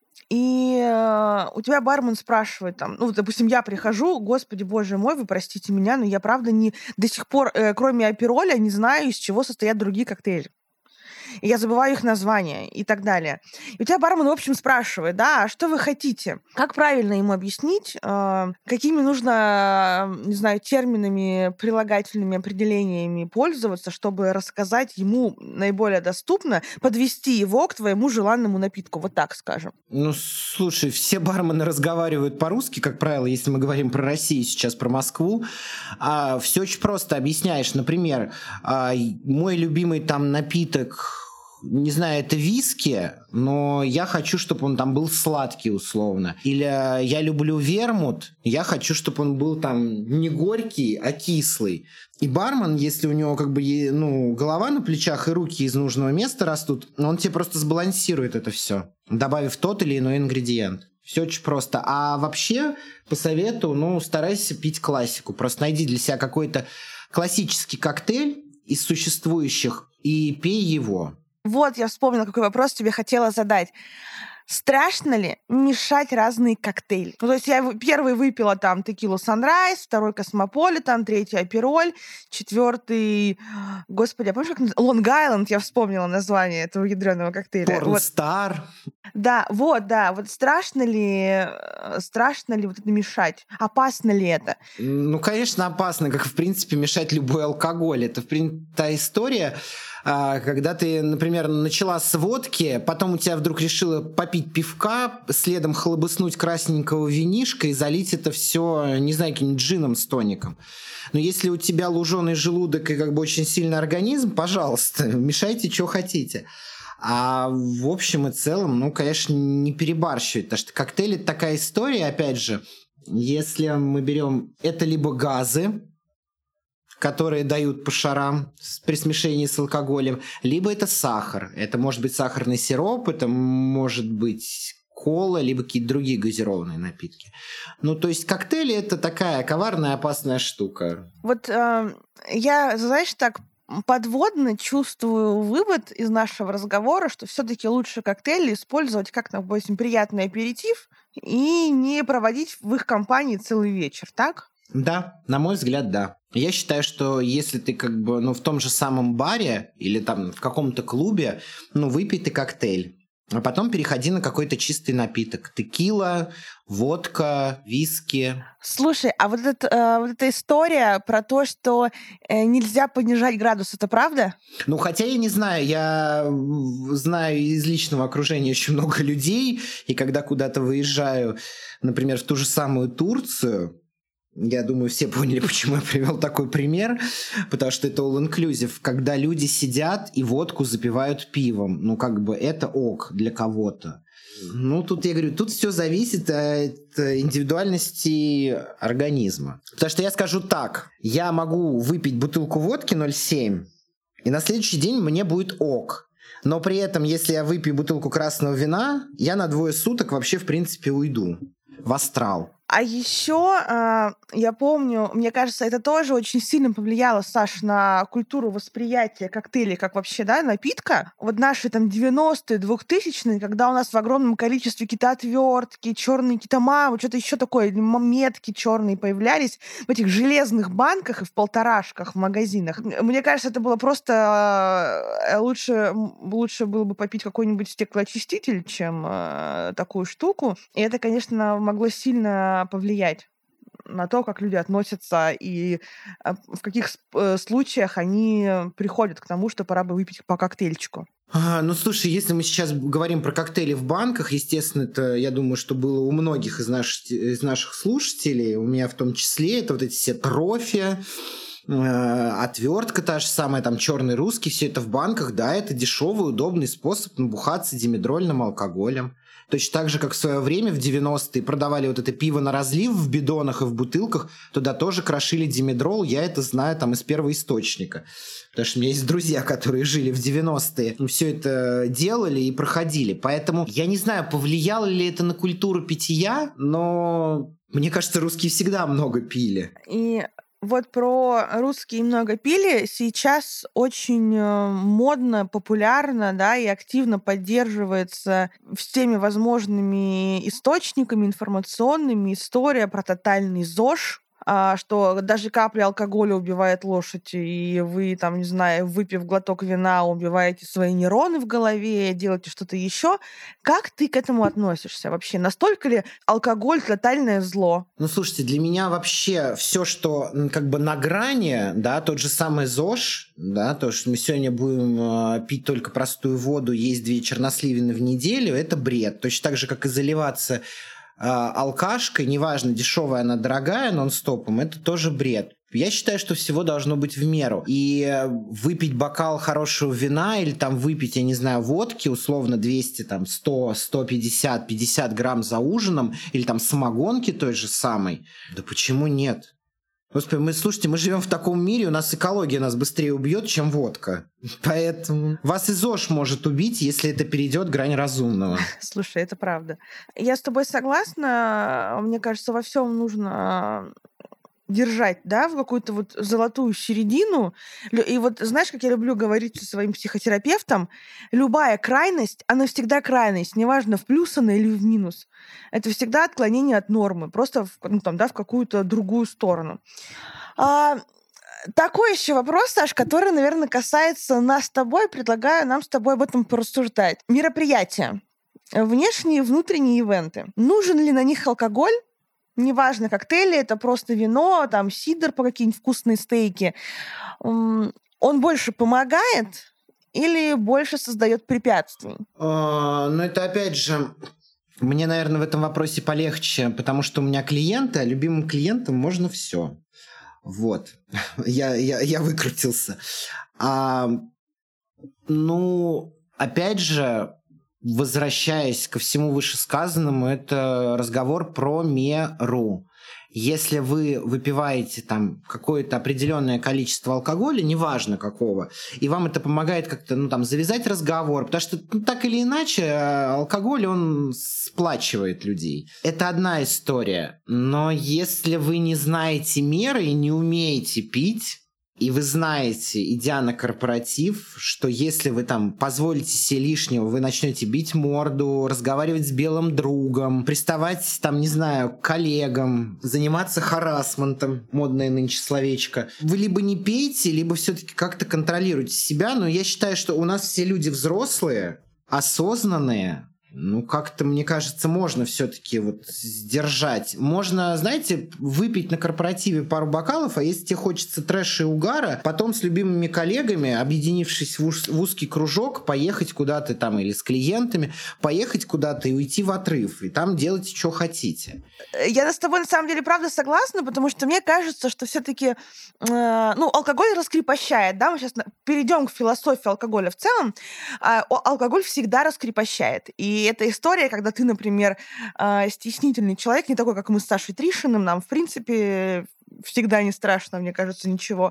и у тебя бармен спрашивает там, ну, допустим, я прихожу, господи, боже мой, вы простите меня, но я, правда, до сих пор, кроме апероля, не знаю, из чего состоят другие коктейли. И я забываю их название и так далее. И у тебя бармен, в общем, спрашивает, да, а что вы хотите? Как правильно ему объяснить, какими нужно, не знаю, терминами, прилагательными определениями пользоваться, чтобы рассказать ему наиболее доступно, подвести его к твоему желанному напитку, вот так скажем. Ну, слушай, все бармены разговаривают по-русски, как правило, если мы говорим про Россию, сейчас про Москву. Все очень просто объясняешь. Например, мой любимый там напиток, не знаю, это виски, но я хочу, чтобы он там был сладкий условно. Или я люблю вермут, я хочу, чтобы он был там не горький, а кислый. И бармен, если у него как бы голова на плечах и руки из нужного места растут, он тебе просто сбалансирует это все, добавив тот или иной ингредиент. Все очень просто. А вообще, по совету, старайся пить классику. Просто найди для себя какой-то классический коктейль из существующих и пей его. Вот, я вспомнила, какой вопрос тебе хотела задать. Страшно ли мешать разные коктейли? Ну, то есть я первый выпила там текилу Санрайз, второй Космополитен, третий Апероль, четвертый... Господи, а помнишь, как Лонг-Айленд? Я вспомнила название этого ядреного коктейля. Порнстар. Да. Вот страшно ли вот это мешать? Опасно ли это? Ну, конечно, опасно, как, в принципе, мешать любой алкоголь. Это, в принципе, та история, когда ты, например, начала с водки, потом у тебя вдруг решила попить пивка, следом хлобыснуть красненького винишка и залить это все, не знаю, каким-нибудь джином с тоником. Но если у тебя луженый желудок и как бы очень сильный организм, пожалуйста, мешайте, что хотите. А в общем и целом, конечно, не перебарщивать, потому что коктейль — это такая история, опять же, если мы берем, это либо газы, которые дают по шарам при смешении с алкоголем, либо это сахар. Это может быть сахарный сироп, это может быть кола, либо какие-то другие газированные напитки. То есть коктейли — это такая коварная, опасная штука. Вот я, знаешь, так подводно чувствую вывод из нашего разговора, что все-таки лучше коктейли использовать как, допустим, приятный аперитив и не проводить в их компании целый вечер, так? Да, на мой взгляд, да. Я считаю, что если ты как бы в том же самом баре или там в каком-то клубе, выпей ты коктейль, а потом переходи на какой-то чистый напиток. Текила, водка, виски. Слушай, а вот эта история про то, что нельзя понижать градус, это правда? Хотя я не знаю, я знаю из личного окружения очень много людей, и когда куда-то выезжаю, например, в ту же самую Турцию, я думаю, все поняли, почему я привел такой пример, потому что это all-inclusive, когда люди сидят и водку запивают пивом. Это ок для кого-то. Тут я говорю, тут все зависит от индивидуальности организма. Потому что я скажу так, я могу выпить бутылку водки 0,7, и на следующий день мне будет ок. Но при этом, если я выпью бутылку красного вина, я на 2 суток вообще, в принципе, уйду в астрал. А еще я помню, мне кажется, это тоже очень сильно повлияло, Саш, на культуру восприятия коктейлей как вообще, да, напитка. Вот наши там 90-е, 2000-е, когда у нас в огромном количестве какие-то отвертки, черные какие-то вот что-то еще такое, метки черные появлялись в этих железных банках и в полторашках в магазинах. Мне кажется, это было просто лучше было бы попить какой-нибудь стеклоочиститель, чем такую штуку. И это, конечно, могло сильно повлиять на то, как люди относятся и в каких случаях они приходят к тому, что пора бы выпить по коктейльчику. Слушай, если мы сейчас говорим про коктейли в банках, естественно, это, я думаю, что было у многих из наших слушателей, у меня в том числе, это вот эти все трофи, отвертка та же самая, там черный русский, все это в банках, да, это дешевый, удобный способ набухаться димедрольным алкоголем. Точно так же, как в свое время, в 90-е, продавали вот это пиво на разлив в бидонах и в бутылках, туда тоже крошили димедрол, я это знаю там из первоисточника. Потому что у меня есть друзья, которые жили в 90-е, все это делали и проходили. Поэтому я не знаю, повлияло ли это на культуру питья, но мне кажется, русские всегда много пили. И вот про русские много пили сейчас очень модно, популярно, да, и активно поддерживается всеми возможными источниками информационными история про тотальный ЗОЖ, что даже капля алкоголя убивает лошадь, и вы, там, не знаю, выпив глоток вина, убиваете свои нейроны в голове, делаете что-то еще. Как ты к этому относишься вообще? Настолько ли алкоголь тотальное зло? Ну, слушайте, для меня вообще все, что как бы на грани, да, тот же самый ЗОЖ, да, то, что мы сегодня будем пить только простую воду, есть 2 черносливины в неделю, это бред. Точно так же, как и заливаться алкашкой, неважно, дешевая она, дорогая, нон-стопом, это тоже бред. Я считаю, что всего должно быть в меру. И выпить бокал хорошего вина или там выпить, я не знаю, водки, условно 200, там 100, 150, 50 грамм за ужином, или там самогонки той же самой, да почему нет? Господи, слушайте, мы живем в таком мире, у нас экология нас быстрее убьет, чем водка. Поэтому вас и ЗОЖ может убить, если это перейдет грань разумного. Слушай, это правда. Я с тобой согласна. Мне кажется, во всем нужно держать, да, в какую-то вот золотую середину. И вот знаешь, как я люблю говорить со своим психотерапевтом, любая крайность, она всегда крайность, неважно, в плюс она или в минус. Это всегда отклонение от нормы, просто в какую-то другую сторону. Такой еще вопрос, Саш, который, наверное, касается нас с тобой. Предлагаю нам с тобой об этом порассуждать. Мероприятия. Внешние и внутренние ивенты. Нужен ли на них алкоголь? Неважно, коктейли, это просто вино, там, сидр по какие-нибудь вкусные стейки. Он больше помогает или больше создает препятствий? Ну, это опять же... Мне, наверное, в этом вопросе полегче, потому что у меня клиенты, а любимым клиентам можно все. Вот. Я выкрутился. Ну, опять же, возвращаясь ко всему вышесказанному, это разговор про меру. Если вы выпиваете там какое-то определенное количество алкоголя, неважно какого, и вам это помогает как-то, ну, там, завязать разговор, потому что, ну, так или иначе, алкоголь, он сплачивает людей. Это одна история. Но если вы не знаете меры и не умеете пить, и вы знаете, идя на корпоратив, что если вы там позволите себе лишнего, вы начнете бить морду, разговаривать с белым другом, приставать там, не знаю, к коллегам, заниматься харассментом, модное нынче словечко. Вы либо не пейте, либо все-таки как-то контролируйте себя. Но я считаю, что у нас все люди взрослые, осознанные. Ну, как-то, мне кажется, можно все-таки вот сдержать. Можно, знаете, выпить на корпоративе пару бокалов, а если тебе хочется трэша и угара, потом с любимыми коллегами, объединившись в узкий кружок, поехать куда-то там или с клиентами, поехать куда-то и уйти в отрыв, и там делать, что хотите. Я с тобой, на самом деле, правда согласна, потому что мне кажется, что все-таки алкоголь раскрепощает. Да? Мы сейчас перейдем к философии алкоголя в целом. Алкоголь всегда раскрепощает. И эта история, когда ты, например, стеснительный человек, не такой, как мы с Сашей Тришиным, нам, в принципе, всегда не страшно, мне кажется, ничего.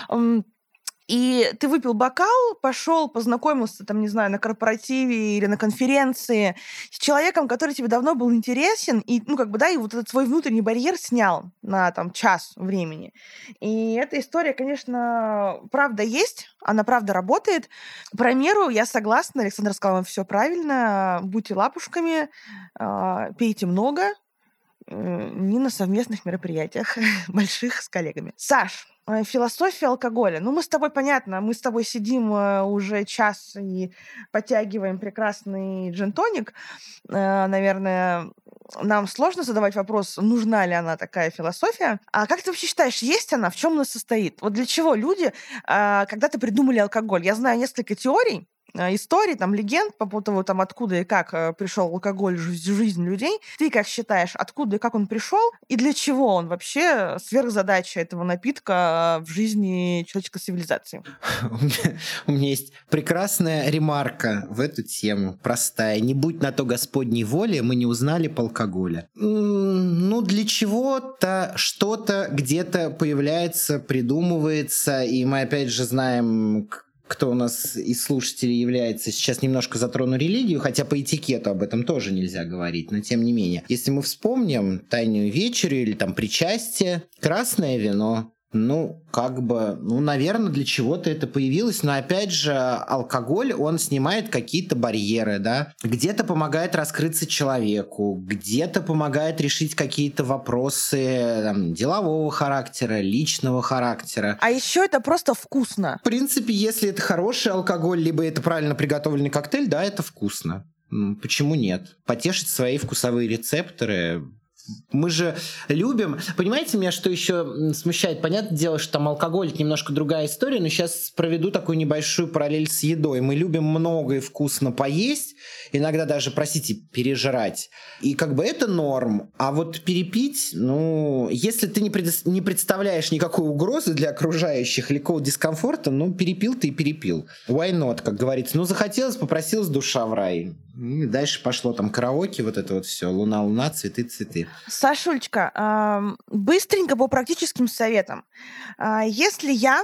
И ты выпил бокал, пошел, познакомился, там, не знаю, на корпоративе или на конференции с человеком, который тебе давно был интересен, и, и вот этот свой внутренний барьер снял на, там, час времени. И эта история, конечно, правда есть, она правда работает. Про меру я согласна, Александр сказал вам все правильно. Будьте лапушками, пейте много, не на совместных мероприятиях больших с коллегами. Саш, философия алкоголя. Мы с тобой, понятно, мы с тобой сидим уже час и подтягиваем прекрасный джин-тоник. Наверное, нам сложно задавать вопрос, нужна ли она такая философия. А как ты вообще считаешь, есть она, в чем она состоит? Вот для чего люди когда-то придумали алкоголь? Я знаю несколько теорий. историй, там, легенд по поводу того, там, откуда и как пришел алкоголь в жизнь людей. Ты как считаешь, откуда и как он пришел, и для чего он вообще сверхзадача этого напитка в жизни человеческой цивилизации? У меня есть прекрасная ремарка в эту тему, простая. Не будь на то Господней воли, мы не узнали по алкоголю. Ну, для чего-то что-то где-то появляется, придумывается, и мы опять же знаем, кто у нас из слушателей является. Сейчас немножко затрону религию, хотя по этикету об этом тоже нельзя говорить, но тем не менее. Если мы вспомним Тайную вечерю или там причастие, красное вино, наверное, для чего-то это появилось, но опять же, алкоголь, он снимает какие-то барьеры, да, где-то помогает раскрыться человеку, где-то помогает решить какие-то вопросы там, делового характера, личного характера. А еще это просто вкусно. В принципе, если это хороший алкоголь, либо это правильно приготовленный коктейль, да, это вкусно. Почему нет? Потешить свои вкусовые рецепторы. Мы же любим... Понимаете, меня что еще смущает? Понятное дело, что там алкоголь — это немножко другая история, но сейчас проведу такую небольшую параллель с едой. Мы любим много и вкусно поесть, иногда даже, простите, пережрать. И как бы это норм. А вот перепить, если ты не представляешь никакой угрозы для окружающих или какого дискомфорта, перепил ты и перепил. Why not, как говорится. Захотелось, попросилась душа в рай. И дальше пошло там караоке, вот это вот все. Луна, луна, цветы, цветы. Сашулечка, быстренько по практическим советам. Если я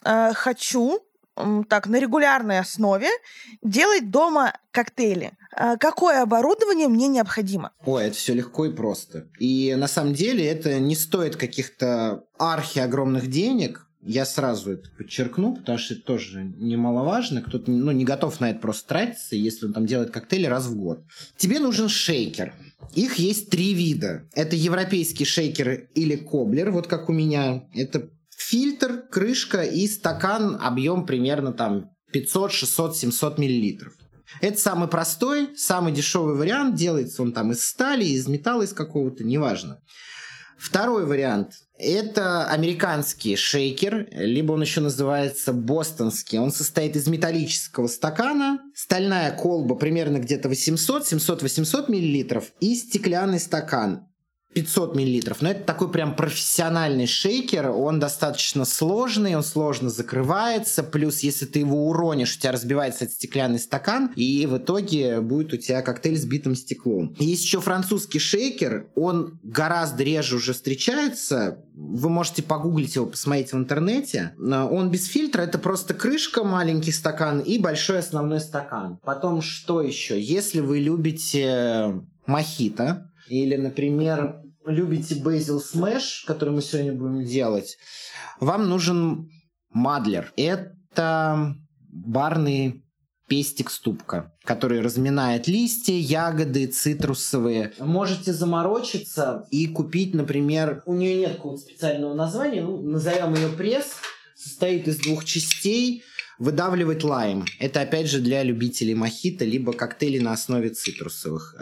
хочу на регулярной основе делать дома коктейли, какое оборудование мне необходимо? Ой, это все легко и просто. И на самом деле это не стоит каких-то огромных денег. Я сразу это подчеркну, потому что это тоже немаловажно. Кто-то не готов на это просто тратиться, если он там делает коктейли раз в год. Тебе нужен шейкер. Их есть 3 вида. Это европейский шейкер или коблер, вот как у меня. Это фильтр, крышка и стакан, объем примерно там 500, 600, 700 миллилитров. Это самый простой, самый дешевый вариант. Делается он там из стали, из металла, из какого-то, неважно. Второй вариант – это американский шейкер, либо он еще называется бостонский. Он состоит из металлического стакана, стальная колба примерно где-то 700-800 миллилитров и стеклянный стакан 500 миллилитров. Но это такой прям профессиональный шейкер. Он достаточно сложный, он сложно закрывается. Плюс, если ты его уронишь, у тебя разбивается этот стеклянный стакан, и в итоге будет у тебя коктейль с битым стеклом. Есть еще французский шейкер. Он гораздо реже уже встречается. Вы можете погуглить его, посмотреть в интернете. Он без фильтра. Это просто крышка, маленький стакан и большой основной стакан. Потом что еще? Если вы любите мохито, или, например, любите Basil Smash, который мы сегодня будем делать, вам нужен мадлер. Это барный пестик-ступка, который разминает листья, ягоды, цитрусовые. Можете заморочиться и купить, например, у нее нет какого-то специального названия, назовем ее пресс, состоит из 2 частей, выдавливать лайм. Это, опять же, для любителей мохито, либо коктейлей на основе цитрусовых.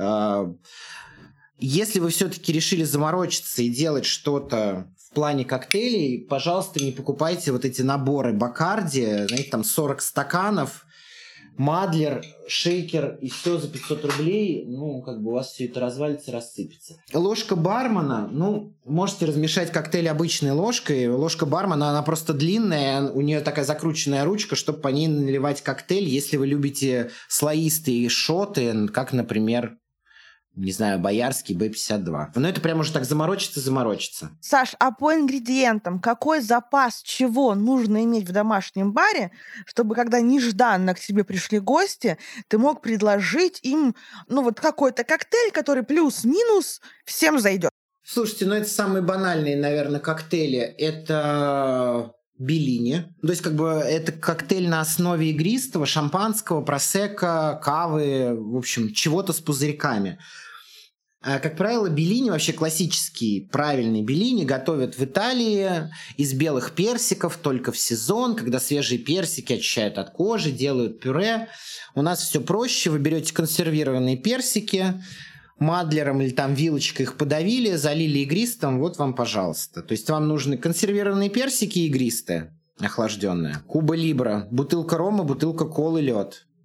Если вы все-таки решили заморочиться и делать что-то в плане коктейлей, пожалуйста, не покупайте вот эти наборы Бакарди, знаете, там 40 стаканов, мадлер, шейкер и все за 500 рублей, у вас все это развалится, рассыпется. Ложка бармена, можете размешать коктейль обычной ложкой. Ложка бармена, она просто длинная, у нее такая закрученная ручка, чтобы по ней наливать коктейль, если вы любите слоистые шоты, как, например, не знаю, боярский Б-52. Но это прям уже так заморочиться. Саш, а по ингредиентам какой запас чего нужно иметь в домашнем баре, чтобы когда нежданно к тебе пришли гости, ты мог предложить им, какой-то коктейль, который плюс-минус всем зайдет? Слушайте, это самые банальные, наверное, коктейли. Это беллини. То есть, это коктейль на основе игристого, шампанского, просекко, кавы, в общем, чего-то с пузырьками. Как правило, беллини, вообще классический правильный беллини, готовят в Италии из белых персиков только в сезон, когда свежие персики очищают от кожи, делают пюре. У нас все проще. Вы берете консервированные персики, мадлером или там вилочкой их подавили, залили игристым, вот вам, пожалуйста. То есть вам нужны консервированные персики игристые, охлажденные, Куба Либра, бутылка рома, бутылка колы, лед.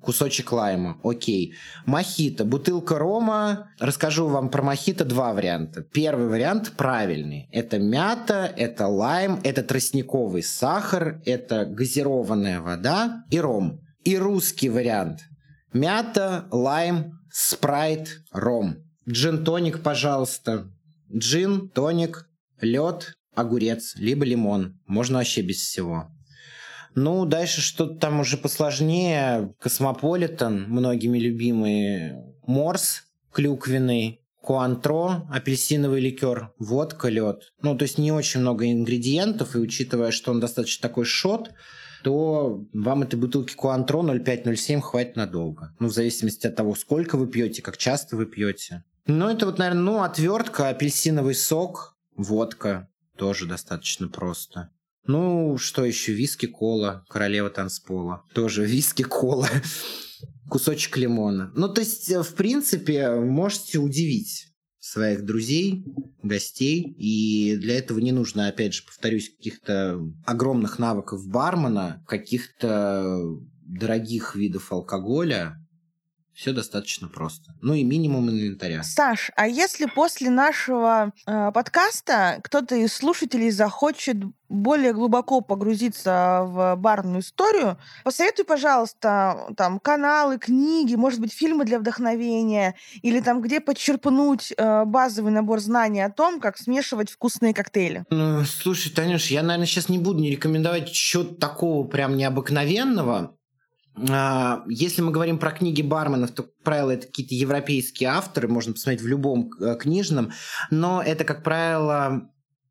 кусочек лайма, окей. Мохито, бутылка рома. Расскажу вам про мохито 2 варианта. Первый вариант правильный. Это мята, это лайм, это тростниковый сахар, это газированная вода и ром. И русский вариант. Мята, лайм, спрайт, ром. Джин-тоник, пожалуйста. Джин, тоник, лед, огурец, либо лимон. Можно вообще без всего. Ну, дальше что-то там уже посложнее. Космополитен, многими любимый. Морс клюквенный. Куантро, апельсиновый ликер. Водка, лед. Ну, то есть не очень много ингредиентов. И учитывая, что он достаточно такой шот, то вам этой бутылки Куантро 0,5-0,7 хватит надолго. Ну, в зависимости от того, сколько вы пьете, как часто вы пьете. Ну, это вот, наверное, отвертка, апельсиновый сок, водка. Тоже достаточно просто. Ну, что еще? Виски-кола, королева танцпола. Тоже виски-кола. Кусочек лимона. Ну, то есть, в принципе, можете удивить своих друзей, гостей. И для этого не нужно, опять же, повторюсь, каких-то огромных навыков бармена, каких-то дорогих видов алкоголя. Все достаточно просто. Ну и минимум инвентаря. Саш, а если после нашего подкаста кто-то из слушателей захочет более глубоко погрузиться в барную историю, посоветуй, пожалуйста, там каналы, книги, может быть, фильмы для вдохновения, или там где подчерпнуть базовый набор знаний о том, как смешивать вкусные коктейли. Ну, слушай, Танюш, я, наверное, сейчас не буду рекомендовать чего-то такого прям необыкновенного. Если мы говорим про книги барменов, то, как правило, это какие-то европейские авторы, можно посмотреть в любом книжном, но это, как правило,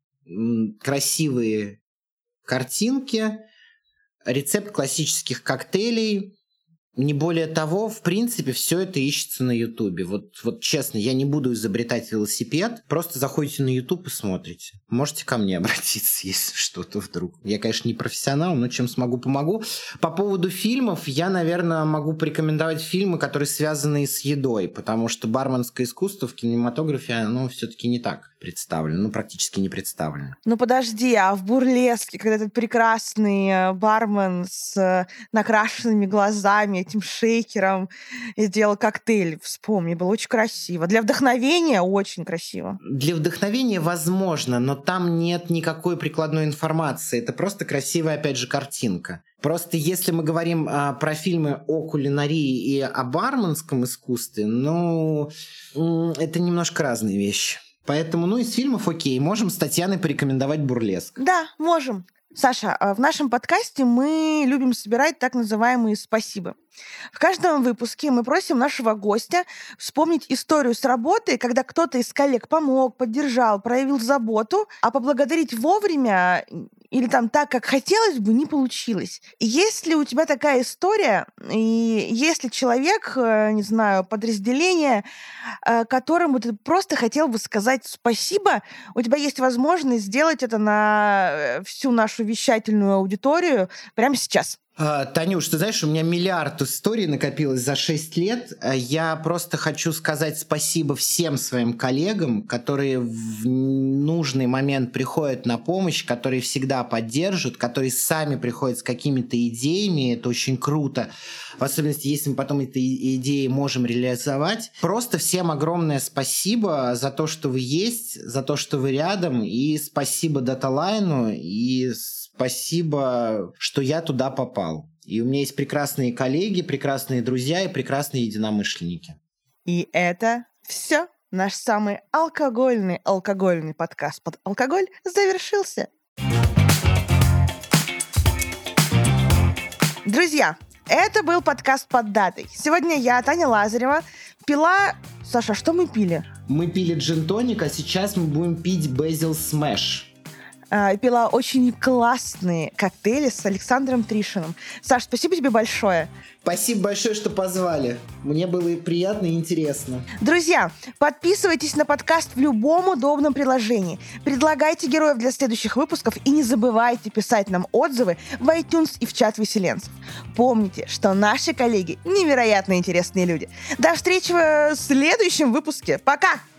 красивые картинки, рецепт классических коктейлей. Не более того, в принципе, все это ищется на Ютубе. Вот честно, я не буду изобретать велосипед. Просто заходите на Ютуб и смотрите. Можете ко мне обратиться, если что-то вдруг. Я, конечно, не профессионал, но чем смогу, помогу. По поводу фильмов, я, наверное, могу порекомендовать фильмы, которые связаны с едой, потому что барменское искусство в кинематографе, оно все-таки не так представлено, ну, практически не представлено. Ну, подожди, а в «Бурлеске», когда этот прекрасный бармен с накрашенными глазами, этим шейкером сделал коктейль, вспомни, было очень красиво. Для вдохновения очень красиво. Для вдохновения возможно, но там нет никакой прикладной информации. Это просто красивая, опять же, картинка. Просто если мы говорим про фильмы о кулинарии и о барменском искусстве, ну, это немножко разные вещи. Поэтому, ну, из фильмов окей, можем с Татьяной порекомендовать «Бурлеск». Да, можем. Саша, в нашем подкасте мы любим собирать так называемые «спасибо». В каждом выпуске мы просим нашего гостя вспомнить историю с работы, когда кто-то из коллег помог, поддержал, проявил заботу, а поблагодарить вовремя или там так, как хотелось бы, не получилось. И есть ли у тебя такая история, и есть ли человек, не знаю, подразделение, которому ты просто хотел бы сказать спасибо, у тебя есть возможность сделать это на всю нашу вещательную аудиторию прямо сейчас? Танюш, ты знаешь, у меня миллиард историй накопилось за 6 лет. Я просто хочу сказать спасибо всем своим коллегам, которые в нужный момент приходят на помощь, которые всегда поддержат, которые сами приходят с какими-то идеями. Это очень круто. В особенности, если мы потом эти идеи можем реализовать. Просто всем огромное спасибо за то, что вы есть, за то, что вы рядом. И спасибо Даталайну, и спасибо, что я туда попал. И у меня есть прекрасные коллеги, прекрасные друзья и прекрасные единомышленники. И это все. Наш самый алкогольный подкаст под алкоголь завершился. Друзья, это был подкаст «Под датой». Сегодня я, Таня Лазарева, пила... Саша, что мы пили? Мы пили джин-тоник, а сейчас мы будем пить Basil Smash. Пила очень классные коктейли с Александром Тришиным. Саш, спасибо тебе большое. Спасибо большое, что позвали. Мне было и приятно, и интересно. Друзья, подписывайтесь на подкаст в любом удобном приложении. Предлагайте героев для следующих выпусков и не забывайте писать нам отзывы в iTunes и в чат выселенцев. Помните, что наши коллеги невероятно интересные люди. До встречи в следующем выпуске. Пока!